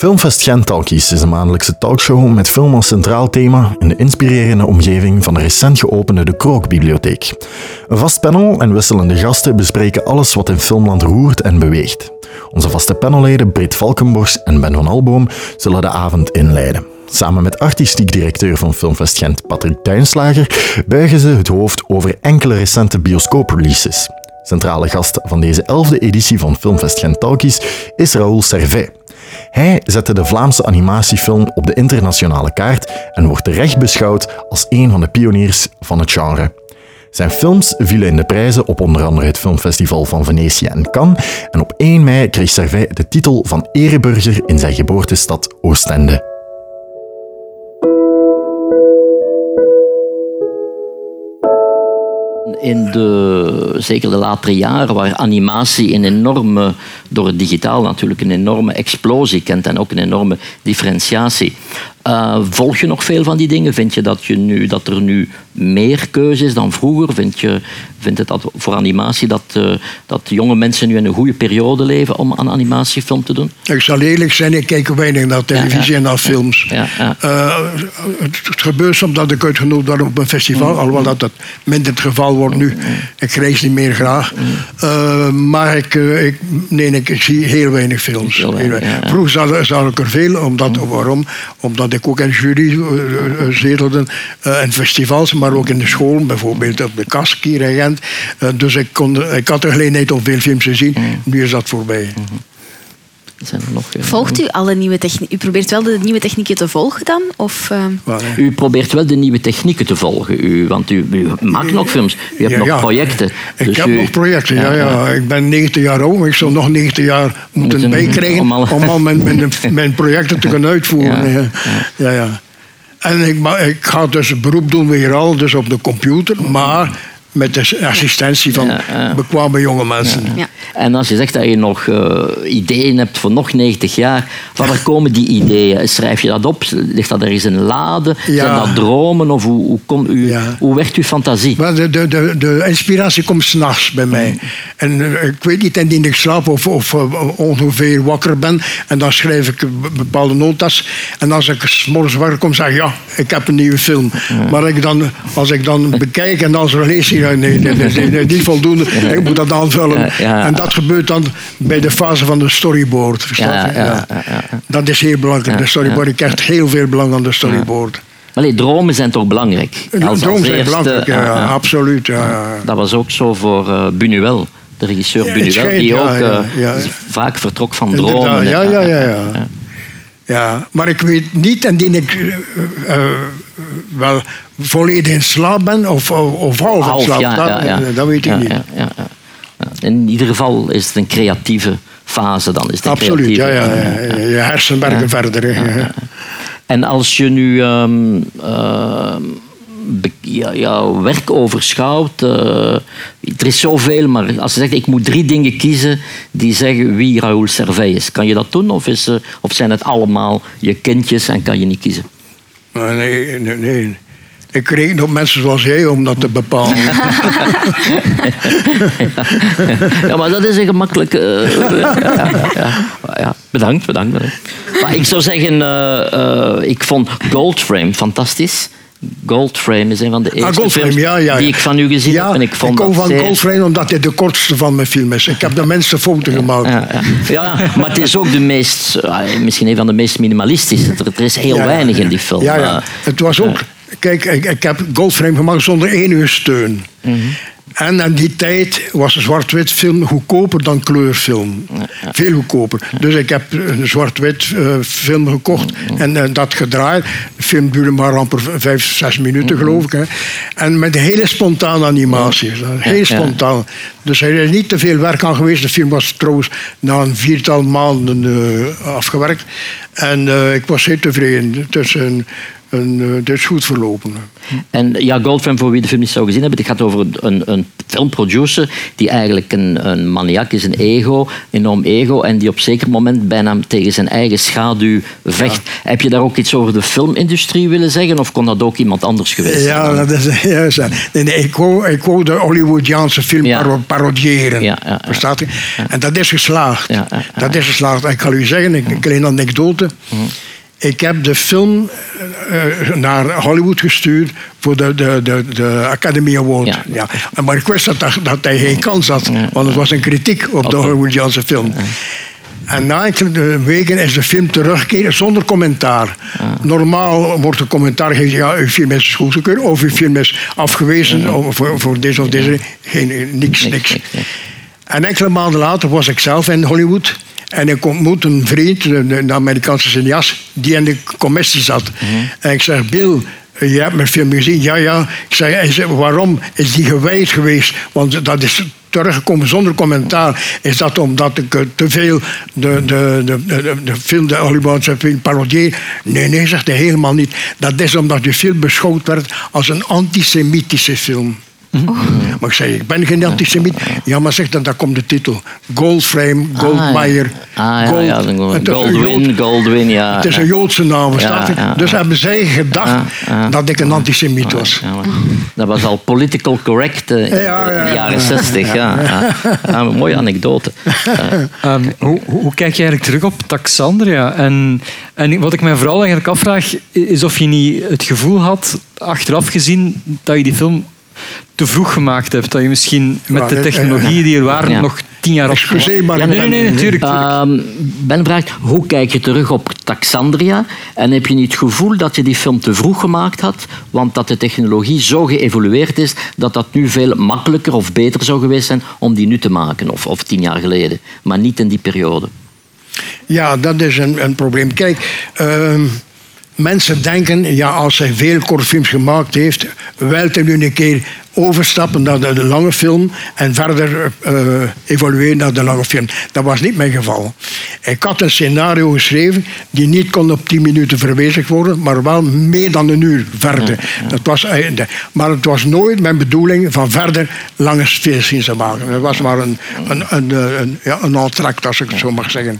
Filmfest Gent Talkies is een maandelijkse talkshow met film als centraal thema in de inspirerende omgeving van de recent geopende De Krookbibliotheek. Een vast panel en wisselende gasten bespreken alles wat in filmland roert en beweegt. Onze vaste panelleden Britt Valkenborst en Ben van Alboom zullen de avond inleiden. Samen met artistiek directeur van Filmfest Gent Patrick Tuinslager buigen ze het hoofd over enkele recente bioscoopreleases. Centrale gast van deze 11e editie van Filmfest Gent Talkies is Raoul Servais. Hij zette de Vlaamse animatiefilm op de internationale kaart en wordt terecht beschouwd als een van de pioniers van het genre. Zijn films vielen in de prijzen op onder andere het Filmfestival van Venetië en Cannes en op 1 mei kreeg Servais de titel van ereburger in zijn geboortestad Oostende. Zeker de latere jaren, waar animatie door het digitaal natuurlijk een enorme explosie kent en ook een enorme differentiatie. Volg je nog veel van die dingen? Vind je dat er nu meer keuze is dan vroeger? Vindt het dat voor animatie dat jonge mensen nu in een goede periode leven om aan animatiefilm te doen? Ik zal eerlijk zijn, ik kijk weinig naar televisie en naar films. Het gebeurt soms dat ik uitgenodigd word op een festival, alhoewel dat minder het geval wordt nu. Ik reis niet meer graag. Maar ik zie heel weinig films. Vroeger zag ik er veel. Waarom? Omdat ik ook in jury zetelde in festivals, maar ook in de school, bijvoorbeeld op de KASK hier in Gent. Dus ik had de gelegenheid om veel films te zien. Nu is dat voorbij. Volgt u alle nieuwe technieken? U probeert wel de nieuwe technieken te volgen dan? Of, U probeert wel de nieuwe technieken te volgen, want u maakt nog films. U hebt nog projecten. Ik heb nog projecten, ja. Ik ben 90 jaar oud, maar ik zou nog 90 jaar moeten bijkrijgen om al mijn projecten te kunnen uitvoeren. Ja. En ik ga dus beroep doen weer al, dus op de computer, maar met de assistentie van bekwame jonge mensen. Ja. En als je zegt dat je nog ideeën hebt voor nog 90 jaar, van waar komen die ideeën? Schrijf je dat op? Ligt dat ergens in een lade? Zijn dat dromen? Of hoe werkt uw fantasie? Maar de inspiratie komt 's nachts bij mij. En ik weet niet indien ik slaap of ongeveer wakker ben. En dan schrijf ik bepaalde notas. En als ik 's morgens wakker kom, zeg ik ik heb een nieuwe film. Maar als ik dan bekijk en als er lees, nee, niet voldoende. Ik moet dat aanvullen. En dat gebeurt dan bij de fase van de storyboard. Dat is heel belangrijk. De storyboard. Ik krijg heel veel belang aan de storyboard. Maar dromen zijn toch belangrijk? Dromen zijn belangrijk, absoluut. Ja. Dat was ook zo voor Buñuel, de regisseur Buñuel, die ook vaak vertrok van dromen. Ja, maar ik weet niet indien ik wel volledig in slaap ben of half in slaap. Dat weet ik niet. Ja. In ieder geval is het een creatieve fase dan. Is het absoluut, je hersenwerken verder. En als je nu jouw werk overschouwt, er is zoveel, maar als je zegt ik moet 3 dingen kiezen die zeggen wie Raoul Servais is, kan je dat doen of zijn het allemaal je kindjes en kan je niet kiezen? Nee. Ik reken op mensen zoals jij om dat te bepalen. Ja, maar dat is een gemakkelijke... Bedankt. Maar ik zou zeggen, ik vond Goldframe fantastisch. Goldframe is een van de eerste films die ik van u gezien heb. En ik kom van Goldframe omdat hij de kortste van mijn film is. Ik heb de minste foto gemaakt. Ja, maar het is ook de meest, misschien een van de meest minimalistische. Er is heel weinig in die film. Het was ook... Kijk, ik heb Goldframe gemaakt zonder enige steun. En in die tijd was een zwart-wit film goedkoper dan kleurfilm. Veel goedkoper. Dus ik heb een zwart-wit film gekocht en dat gedraaid. De film duurde maar amper 5-6 minuten, geloof ik. Hè. En met hele spontane animatie. Heel spontaan. Dus er is niet te veel werk aan geweest. De film was trouwens na een 4-tal maanden afgewerkt. En ik was heel tevreden. het is goed verlopen. En ja, Goldframes, voor wie de film niet zou gezien hebben, het gaat over een filmproducer die eigenlijk een maniak is, een enorm ego, en die op zeker moment bijna tegen zijn eigen schaduw vecht. Ja. Heb je daar ook iets over de filmindustrie willen zeggen, of kon dat ook iemand anders geweest zijn? Ja, dat is juist. Nee, ik wou de Hollywoodiaanse film parodiëren. Verstaat je? Ja. En dat is geslaagd. Dat is geslaagd. En ik ga u zeggen, een kleine anekdote. Ik heb de film naar Hollywood gestuurd voor de Academy Award. Ja. Maar ik wist dat hij geen kans had, want het was een kritiek op de Hollywoodiaanse film. En na enkele weken is de film teruggekeerd zonder commentaar. Normaal wordt er commentaar gegeven, ja, uw film is goedgekeurd, of uw film is afgewezen voor deze of deze. Niks. En enkele maanden later was ik zelf in Hollywood. En ik ontmoet een vriend, een Amerikaanse cineast, die in de commissie zat. En ik zeg, Bill, je hebt mijn film gezien? Ja. Hij zei, waarom is die geweigerd geweest? Want dat is teruggekomen zonder commentaar. Is dat omdat ik te veel de film, de Hollywoodse film, parodieer? Nee, zegt hij, helemaal niet. Dat is omdat de film beschouwd werd als een antisemitische film. Maar ik zei, ik ben geen antisemiet. Ja, maar zeg dan, daar komt de titel. Goldframe, Goldmeier, Goldwyn, ja. Het is een Joodse naam, Dus hebben zij gedacht dat ik een antisemiet was. Dat was al political correct in de jaren 60. Een mooie anekdote. Hoe kijk je eigenlijk terug op Taxandria? En wat ik mij vooral eigenlijk afvraag, is of je niet het gevoel had, achteraf gezien, dat je die film te vroeg gemaakt hebt. Dat je misschien met de technologieën die er waren nog 10 jaar op... Excuseer, maar... Nee, natuurlijk. Ben vraagt, hoe kijk je terug op Taxandria? En heb je niet het gevoel dat je die film te vroeg gemaakt had? Want dat de technologie zo geëvolueerd is dat dat nu veel makkelijker of beter zou geweest zijn om die nu te maken. Of 10 jaar geleden. Maar niet in die periode. Ja, dat is een probleem. Kijk... mensen denken, ja, als hij veel kortfilms gemaakt heeft, wil hij nu een keer overstappen naar de lange film en verder evolueren naar de lange film. Dat was niet mijn geval. Ik had een scenario geschreven die niet kon op 10 minuten verwezenlijkt worden, maar wel meer dan een uur verder. Maar het was nooit mijn bedoeling van verder lange films te maken. Het was maar een entracte, als ik het zo mag zeggen.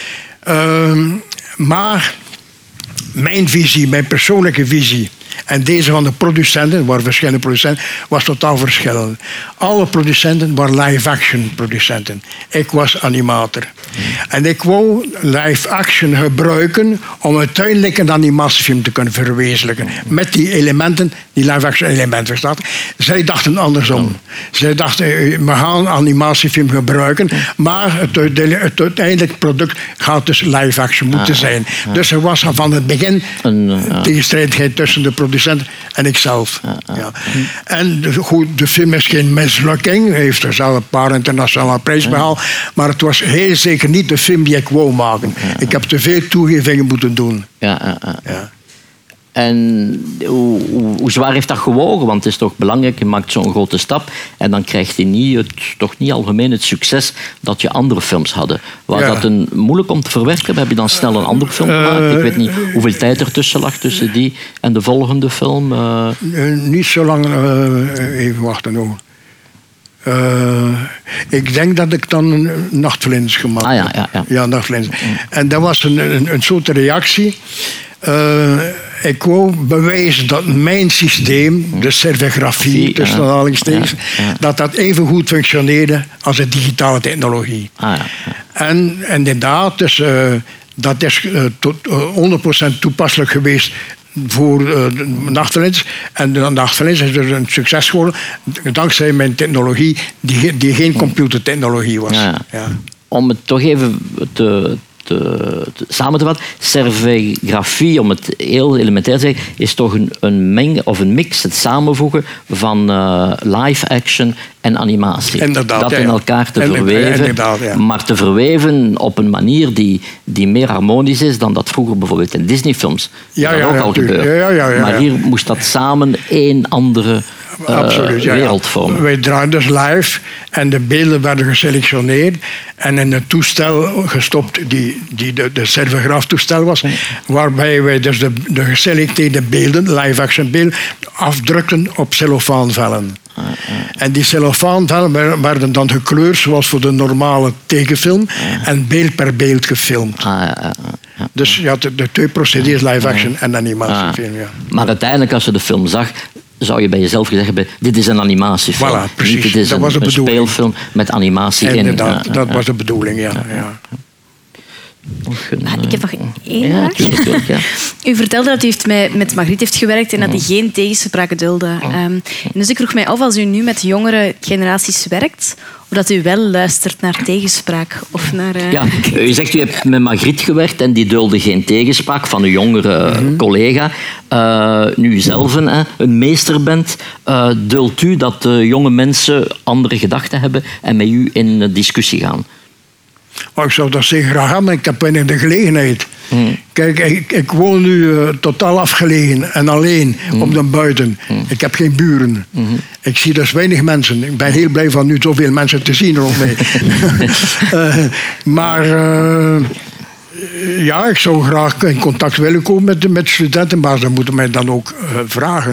Maar mijn visie, mijn persoonlijke visie en deze van de producenten, er waren verschillende producenten, was totaal verschillend. Alle producenten waren live-action producenten. Ik was animator. En ik wou live-action gebruiken om uiteindelijk een animatiefilm te kunnen verwezenlijken. Met die elementen, die live-action elementen, verstaat? Zij dachten andersom. Zij dachten, we gaan een animatiefilm gebruiken, maar het uiteindelijk product gaat dus live-action moeten zijn. Dus er was van het begin tegenstrijdigheid tussen de producent en ikzelf. En goed, de film is geen mislukking. Hij heeft er zelf een paar internationale prijzen behaald. Maar het was heel zeker niet de film die ik wou maken. Ik heb te veel toegevingen moeten doen. En hoe zwaar heeft dat gewogen? Want het is toch belangrijk, je maakt zo'n grote stap en dan krijgt hij toch niet algemeen het succes dat je andere films hadden. Was dat moeilijk om te verwerken? Heb je dan snel een andere film gemaakt? Ik weet niet hoeveel tijd er tussen lag tussen die en de volgende film. Niet zo lang, even wachten hoor. Ik denk dat ik dan Nachtvlinders gemaakt heb. Ja, Nachtvlinders. En dat was een soort reactie. Ik wou bewijzen dat mijn systeem, de serigrafie, tussen aanhalingstekens, dat even goed functioneerde als de digitale technologie. En inderdaad, dus, dat is tot 100% toepasselijk geweest voor Nachtvlinders. En de Nachtvlinders is dus een succes geworden dankzij mijn technologie, die geen computertechnologie was. Om het toch even samen te vatten, serigrafie, om het heel elementair te zeggen, is toch een mix, het samenvoegen van live action en animatie. Inderdaad, dat in elkaar te verweven, maar te verweven op een manier die meer harmonisch is dan dat vroeger bijvoorbeeld in Disney-films ook al gebeurde. Maar hier moest dat samen één andere wereldvorm. Wij draaiden dus live en de beelden werden geselectioneerd en in een toestel gestopt die de servograaftoestel was, waarbij wij dus de geselecteerde beelden, live-action beelden, afdrukten op cellofaanvellen. En die cellofaanvellen werden dan gekleurd zoals voor de normale tekenfilm en beeld per beeld gefilmd. Dus je had de twee procedures, live-action en animatiefilm. Ja. Maar uiteindelijk, als je de film zag, zou je bij jezelf gezegd hebben, dit is een animatiefilm. Voilà, precies. Dit is een speelfilm met animatie in. Inderdaad, dat was de bedoeling, ja. Ik heb nog één vraag. Tuurlijk, ja. U vertelde dat u met Magritte heeft gewerkt en dat hij geen tegenspraak duldde. En dus ik vroeg mij af, als u nu met jongere generaties werkt, of dat u wel luistert naar tegenspraak of naar... Ja, u zegt u hebt met Magritte gewerkt en die dulde geen tegenspraak van een jongere collega. Nu u zelf een meester bent, duldt u dat jonge mensen andere gedachten hebben en met u in discussie gaan? Oh, ik zou dat zeker graag hebben, maar ik heb weinig de gelegenheid. Kijk, ik woon nu totaal afgelegen en alleen op de buiten. Ik heb geen buren. Ik zie dus weinig mensen. Ik ben heel blij van nu zoveel mensen te zien rond mij. Maar ja, ik zou graag in contact willen komen met studenten, maar ze moeten mij dan ook vragen.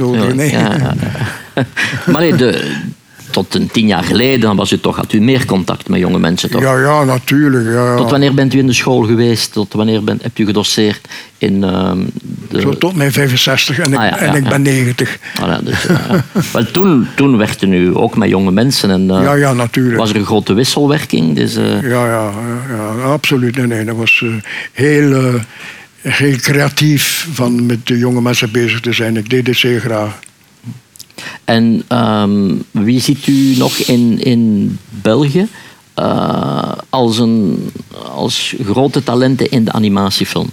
Maar nee, tot 10 jaar geleden had u meer contact met jonge mensen, toch? Ja, natuurlijk. Ja. Tot wanneer bent u in de school geweest? Tot wanneer hebt u gedoseerd in Zo tot mijn 65 en ik ben 90. Dus, wel, toen werkte u ook met jonge mensen. En, ja, natuurlijk. Was er een grote wisselwerking? Dus, ja, absoluut. Nee, dat was heel creatief van met de jonge mensen bezig te zijn. Ik deed het zeer graag. En wie ziet u nog in België als grote talenten in de animatiefilm?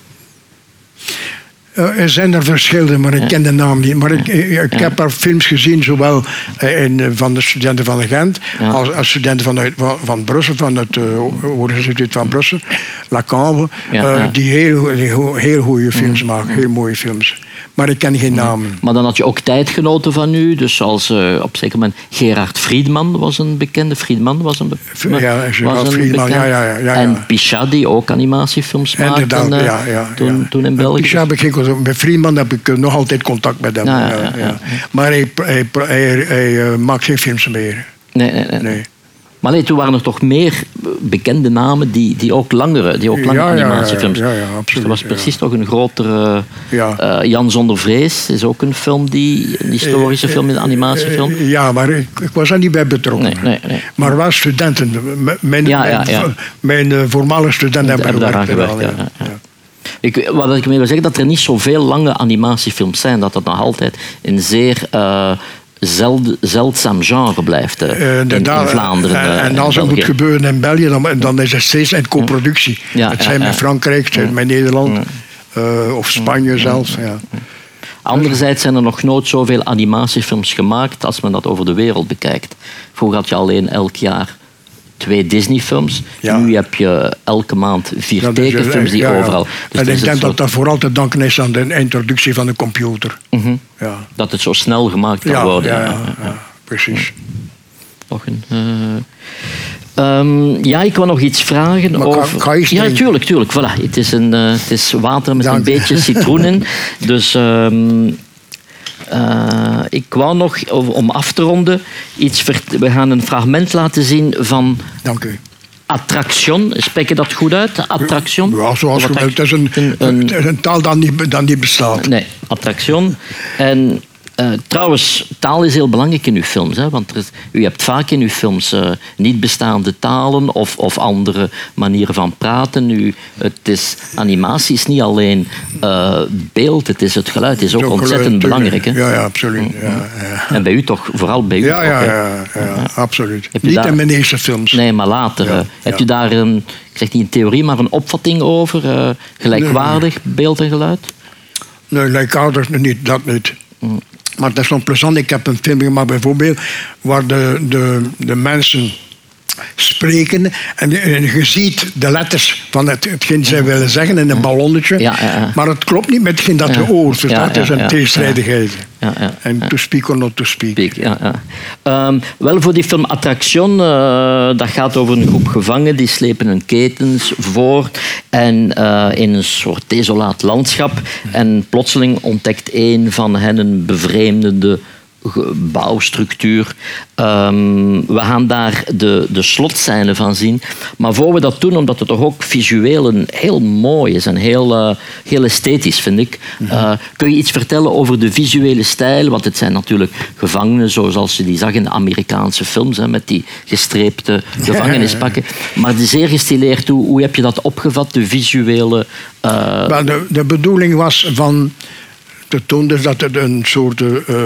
Er zijn er verschillende, maar ik ken de naam niet. Maar ik heb er films gezien, zowel van de studenten van Gent als studenten van Brussel, van het Universiteit van Brussel, La Cambre, die heel goede films maken, heel mooie films. Maar ik ken geen namen. Maar dan had je ook tijdgenoten van u, dus zoals op zeker moment Gerard Friedman was een bekende. Friedman. En Pichat, die ook animatiefilms maakte toen in België. Pichat heb ik geen contact met Friedman, heb ik nog altijd contact met hem. Maar hij maakt geen films meer. Nee. Maar nee, toen waren er toch meer bekende namen die ook langere animatiefilms. Ja, absoluut. Dus er was precies toch een grotere... Jan zonder vrees is ook een film een historische film, een animatiefilm. Ja, maar ik was er niet bij betrokken. Nee. Maar wel studenten. Mijn voormalige studenten hebben daaraan gewerkt. Wat ik mee wil zeggen, dat er niet zoveel lange animatiefilms zijn. Dat nog altijd een zeer... zeldzaam genre blijft in Vlaanderen. En als het moet gebeuren in België, dan is het steeds in co-productie. Het zijn met Frankrijk, het zijn met Nederland of Spanje zelfs. Ja. Anderzijds zijn er nog nooit zoveel animatiefilms gemaakt als men dat over de wereld bekijkt. Vroeger had je alleen elk jaar 2 Disney-films. Nu heb je elke maand 4 tekenfilms die overal... Dus en ik denk dat dat vooral te danken is aan de introductie van de computer. Dat het zo snel gemaakt kan worden. Ja, precies. Nog een... ik wil nog iets vragen over... Ga je ja, tuurlijk. Voilà. Het is water met een beetje citroen in. Dus... ik wou nog, om af te ronden, we gaan een fragment laten zien van... Dank u. Attraction, spreek je dat goed uit? Attraction? Ja, zoals je wilt. Het is een taal dat niet bestaat. Nee, Attraction. En trouwens, taal is heel belangrijk in uw films. Hè, want u hebt vaak in uw films niet bestaande talen of andere manieren van praten. Animatie is niet alleen beeld, het is het geluid. Het is ook ontzettend belangrijk. Hè? Ja, absoluut. Ja. En bij u toch, vooral bij u. Ja, absoluut. Niet in mijn eerste films. Nee, maar later. Hebt u daar ik zeg niet een theorie, maar een opvatting over? Gelijkwaardig beeld en geluid? Nee, gelijkwaardig niet, dat niet. Maar dat is nog plezant. Ik heb een film gemaakt bijvoorbeeld waar de mensen spreken en je ziet de letters van hetgeen zij willen zeggen in een ballonnetje, maar het klopt niet met hetgeen dat je hoort. Dus dat is een tegenstrijdigheid. En to speak or not to speak. Wel, voor die film Attraction, dat gaat over een groep gevangenen die slepen hun ketens voor en in een soort desolaat landschap. En plotseling ontdekt een van hen een bevreemdende bouwstructuur. We gaan daar de slotscène van zien. Maar voor we dat doen, omdat het toch ook visueel heel mooi is en heel esthetisch, vind ik. Kun je iets vertellen over de visuele stijl? Want het zijn natuurlijk gevangenen, zoals je die zag in de Amerikaanse films, met die gestreepte gevangenispakken. Maar zeer gestileerd. Hoe heb je dat opgevat, de visuele... De bedoeling was van te tonen dat het een soort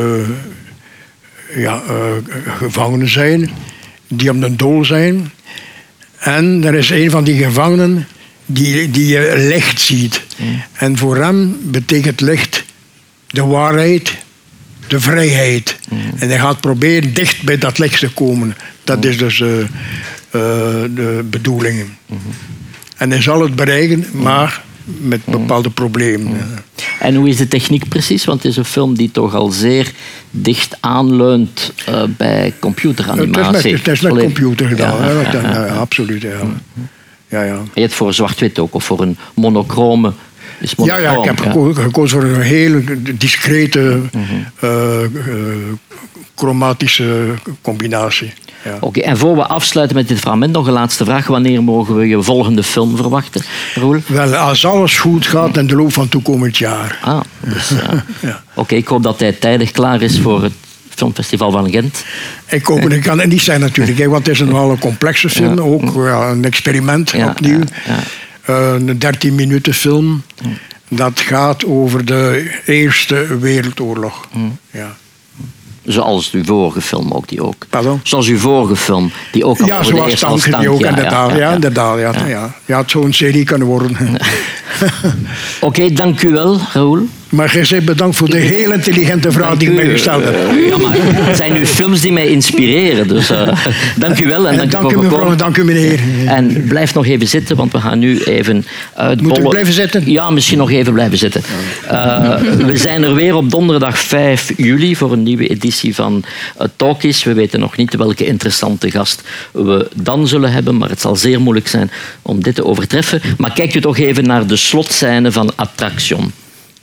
gevangenen zijn die op de dool zijn. En er is een van die gevangenen die je licht ziet. En voor hem betekent licht de waarheid, de vrijheid. En hij gaat proberen dicht bij dat licht te komen. Dat is dus de bedoeling. En hij zal het bereiken, maar met bepaalde problemen. En hoe is de techniek precies? Want het is een film die toch al zeer dicht aanleunt bij computeranimatie. Het is met computer gedaan, absoluut. Ja. Je hebt voor zwart-wit ook, of voor een monochrome... Ja, ik heb gekozen voor een hele discrete, chromatische combinatie. Ja. Oké, en voor we afsluiten met dit fragment, nog een laatste vraag. Wanneer mogen we je volgende film verwachten, Roel? Wel, als alles goed gaat in de loop van toekomend jaar. Dus, Oké, ik hoop dat hij tijdig klaar is voor het Filmfestival van Gent. Ik kan het niet zijn natuurlijk, want het is een wel een complexe film. Ook een experiment opnieuw. Een 13 minuten film. Dat gaat over de Eerste Wereldoorlog. Zoals uw vorige film ook, die ook. Pardon? Zoals uw vorige film, die ook al over de Eerste Tank, die ook, inderdaad. Ja, het zou een serie kunnen worden. Oké, dank u wel, Raoul. Maar jij zegt bedankt voor de heel intelligente vraag die ik mij gesteld heb. Ja, maar het zijn uw films die mij inspireren. Dus dank u wel. En dank u mevrouw, dank u meneer. En blijf nog even zitten, want we gaan nu even uitbollen. Moet ik blijven zitten? Ja, misschien nog even blijven zitten. We zijn er weer op donderdag 5 juli voor een nieuwe editie van Talkies. We weten nog niet welke interessante gast we dan zullen hebben, maar het zal zeer moeilijk zijn om dit te overtreffen. Maar kijkt u toch even naar de slotscène van Attraction.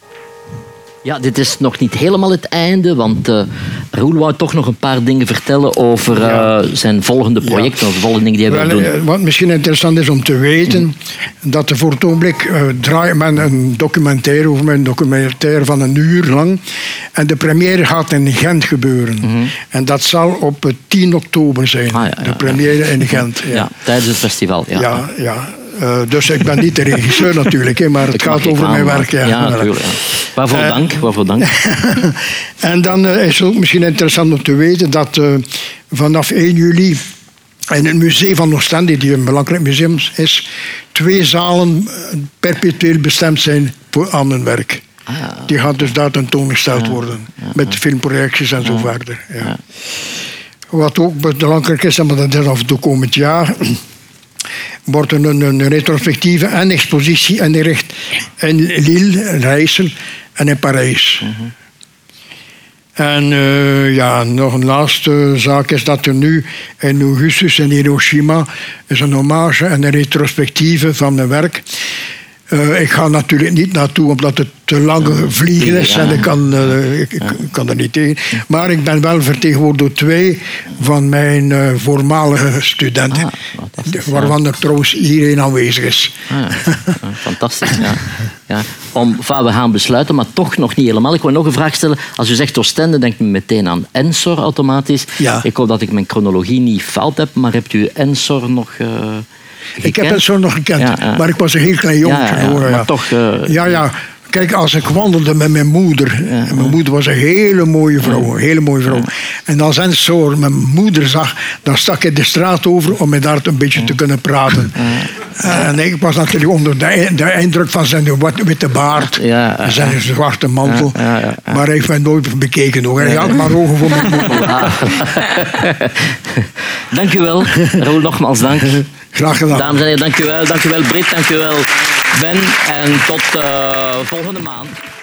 Ja, dit is nog niet helemaal het einde, want Roel wou toch nog een paar dingen vertellen over zijn volgende projecten, of de volgende dingen die hij wil doen. Wat misschien interessant is om te weten, dat er voor het ogenblik draait men een documentaire over mijn documentaire van 1 uur lang. En de première gaat in Gent gebeuren. En dat zal op 10 oktober zijn, de première in Gent. Ja, tijdens het festival. Ja. Dus ik ben niet de regisseur natuurlijk, maar het gaat over mijn werk. Ja, natuurlijk. Waarvoor dank. En dan is het ook misschien interessant om te weten dat vanaf 1 juli in het Museum van Oostende, die een belangrijk museum is, 2 zalen perpetueel bestemd zijn aan mijn werk. Die gaan dus daar tentoongesteld worden, met filmprojecties en zo verder. Ja. Wat ook belangrijk is, maar dat is af toekomend jaar, wordt een retrospectieve en expositie ingericht in Lille, in Rijssel en in Parijs. En nog een laatste zaak is dat er nu in augustus in Hiroshima is een hommage en een retrospectieve van mijn werk. Ik ga natuurlijk niet naartoe omdat het te lang vliegen is en ik kan er niet tegen. Maar ik ben wel vertegenwoordigd door 2 van mijn voormalige studenten. Waarvan er trouwens iedereen aanwezig is. Fantastisch, ja. We gaan besluiten, maar toch nog niet helemaal. Ik wil nog een vraag stellen. Als u zegt Oostende, denk ik meteen aan Ensor automatisch. Ja. Ik hoop dat ik mijn chronologie niet fout heb, maar hebt u Ensor nog... Ik heb Ensor nog gekend, maar ik was een heel klein jongetje. Maar toch... Kijk, als ik wandelde met mijn moeder... En mijn moeder was een hele mooie vrouw. En als Ensor mijn moeder zag, dan stak ik de straat over om met haar een beetje te kunnen praten. En ik was natuurlijk onder de indruk van zijn witte baard en zijn zwarte mantel. Maar hij heeft mij nooit bekeken hoor. Hij had maar ogen voor mijn moeder. Dank u wel, Raoul, nogmaals dank. Graag gedaan. Dames en heren, dank u wel. Dank u wel, Britt, dank u wel, Ben. En tot volgende maand.